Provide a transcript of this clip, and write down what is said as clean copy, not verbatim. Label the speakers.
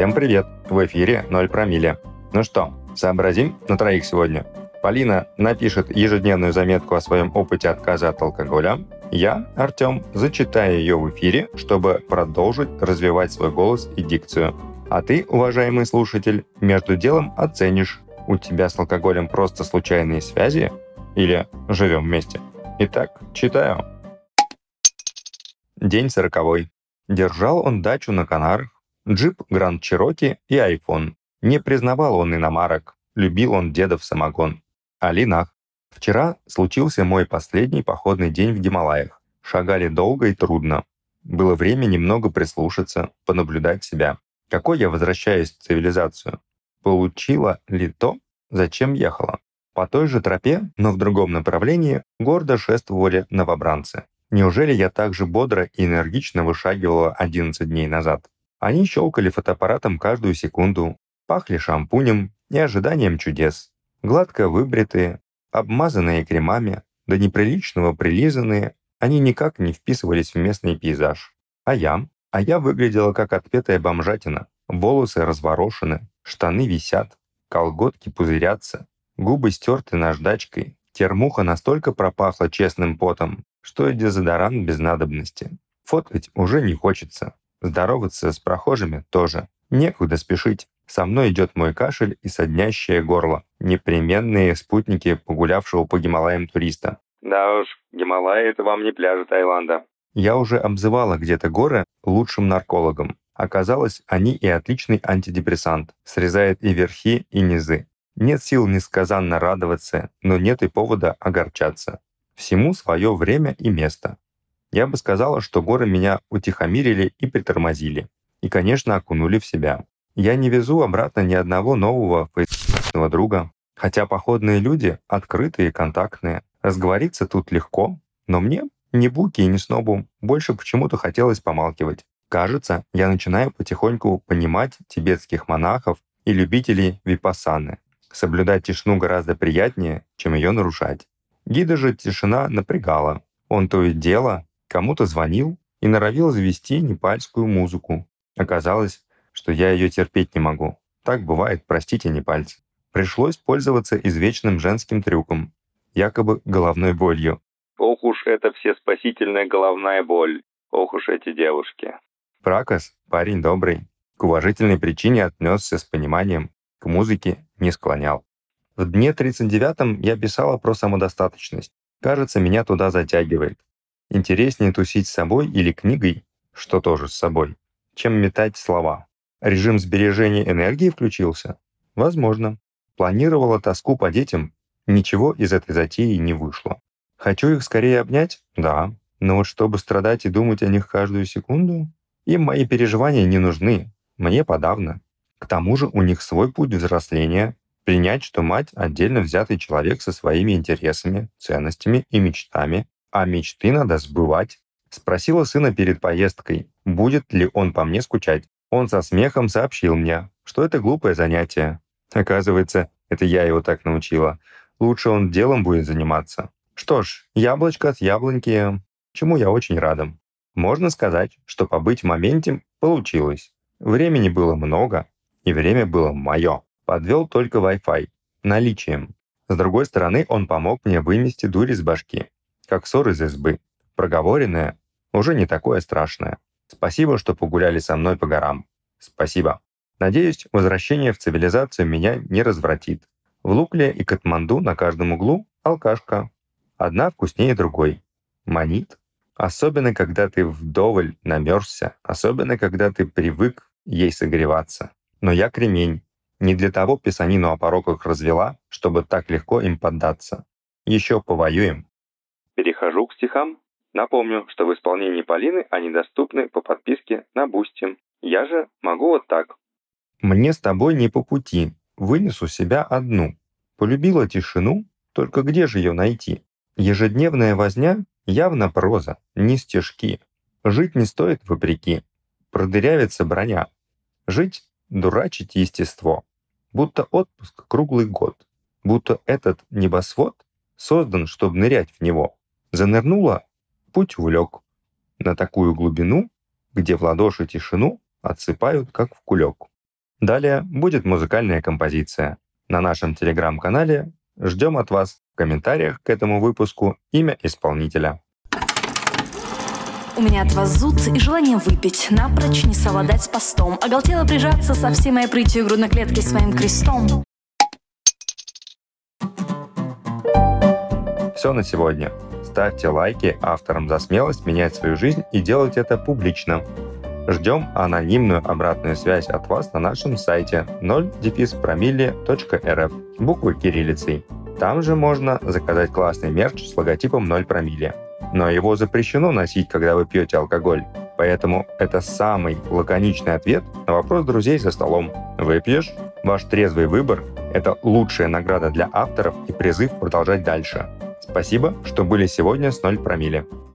Speaker 1: Всем привет! В эфире 0 промилле. Ну что, сообразим на троих сегодня? Полина напишет ежедневную заметку о своем опыте отказа от алкоголя. Я, Артем, зачитаю ее в эфире, чтобы продолжить развивать свой голос и дикцию. А ты, уважаемый слушатель, между делом оценишь, у тебя с алкоголем просто случайные связи или живем вместе. Итак, читаю. День 40. Держал он дачу на Канарах, джип Гранд Чироки и айфон. Не признавал он иномарок, любил он дедов самогон. Алинах. Вчера случился мой последний походный день в Гималаях. Шагали долго и трудно. Было время немного прислушаться, понаблюдать себя. Какой я возвращаюсь в цивилизацию? Получила ли то, зачем ехала? По той же тропе, но в другом направлении, гордо шествовали новобранцы. Неужели я так же бодро и энергично вышагивала 11 дней назад? Они щелкали фотоаппаратом каждую секунду, пахли шампунем и ожиданием чудес. Гладко выбритые, обмазанные кремами, до неприличного прилизанные, они никак не вписывались в местный пейзаж. А я выглядела как отпетая бомжатина. Волосы разворошены, штаны висят, колготки пузырятся, губы стерты наждачкой. Термуха настолько пропахла честным потом, что и дезодорант без надобности. Фоткать уже не хочется. Здороваться с прохожими тоже. Некуда спешить. Со мной идет мой кашель и соднящее горло. Непременные спутники погулявшего по Гималаям туриста. Да уж, Гималаи — это вам не пляжи Таиланда. Я уже обзывала где-то горы лучшим наркологом. Оказалось, они и отличный антидепрессант. Срезает и верхи, и низы. Нет сил несказанно радоваться, но нет и повода огорчаться. Всему свое время и место. Я бы сказала, что горы меня утихомирили и притормозили. И, конечно, окунули в себя. Я не везу обратно ни одного нового фейсбучного друга. Хотя походные люди открытые и контактные. Разговориться тут легко. Но мне, ни буки и ни снобу, больше почему-то хотелось помалкивать. Кажется, я начинаю потихоньку понимать тибетских монахов и любителей випассаны. Соблюдать тишину гораздо приятнее, чем ее нарушать. Гида же тишина напрягала. Он то и дело кому-то звонил и норовил завести непальскую музыку. Оказалось, что я ее терпеть не могу. Так бывает, простите, непальцы. Пришлось пользоваться извечным женским трюком, якобы головной болью. Ох уж эта всеспасительная головная боль. Ох уж эти девушки. Пракос, парень добрый, к уважительной причине отнесся с пониманием, к музыке не склонял. В дне 39-м я писала про самодостаточность. Кажется, меня туда затягивает. Интереснее тусить с собой или книгой, что тоже с собой, чем метать слова. Режим сбережения энергии включился? Возможно. Планировала тоску по детям? Ничего из этой затеи не вышло. Хочу их скорее обнять? Да. Но вот чтобы страдать и думать о них каждую секунду? Им мои переживания не нужны. Мне подавно. К тому же у них свой путь взросления. Принять, что мать — отдельно взятый человек со своими интересами, ценностями и мечтами, а мечты надо сбывать. Спросила сына перед поездкой, будет ли он по мне скучать. Он со смехом сообщил мне, что это глупое занятие. Оказывается, это я его так научила. Лучше он делом будет заниматься. Что ж, яблочко от яблоньки, чему я очень рада. Можно сказать, что побыть в моменте получилось. Времени было много, и время было мое. Подвел только Wi-Fi. Наличием. С другой стороны, он помог мне вынести дурь из башки. Как ссор из избы. Проговоренное уже не такое страшное. Спасибо, что погуляли со мной по горам. Спасибо. Надеюсь, возвращение в цивилизацию меня не развратит. В Лукле и Катманду на каждом углу алкашка. Одна вкуснее другой. Манит. Особенно, когда ты вдоволь намерзся. Особенно, когда ты привык ей согреваться. Но я кремень. Не для того писанину о пороках развела, чтобы так легко им поддаться. Еще повоюем. Перехожу к стихам. Напомню, что в исполнении Полины они доступны по подписке на Бусти. Я же могу вот так. Мне с тобой не по пути. Вынесу себя одну. Полюбила тишину, только где же ее найти? Ежедневная возня явно проза, не стишки. Жить не стоит вопреки. Продырявится броня. Жить — дурачить естество. Будто отпуск круглый год. Будто этот небосвод создан, чтобы нырять в него. Занырнула — путь увлек. На такую глубину, где в ладоши тишину отсыпают, как в кулек. Далее будет музыкальная композиция. На нашем телеграм-канале ждем от вас в комментариях к этому выпуску имя исполнителя.
Speaker 2: У меня от вас зуд и желание выпить, напрочь не совладать с постом, оголтело прижаться со всей моей прытью грудной клетки своим крестом.
Speaker 1: Все на сегодня. Ставьте лайки авторам за смелость менять свою жизнь и делать это публично. Ждем анонимную обратную связь от вас на нашем сайте 0-промилле.рф буквы кириллицей. Там же можно заказать классный мерч с логотипом 0 промилле. Но его запрещено носить, когда вы пьете алкоголь. Поэтому это самый лаконичный ответ на вопрос друзей за столом. Выпьешь? Ваш трезвый выбор – это лучшая награда для авторов и призыв продолжать дальше. Спасибо, что были сегодня с 0 промилле.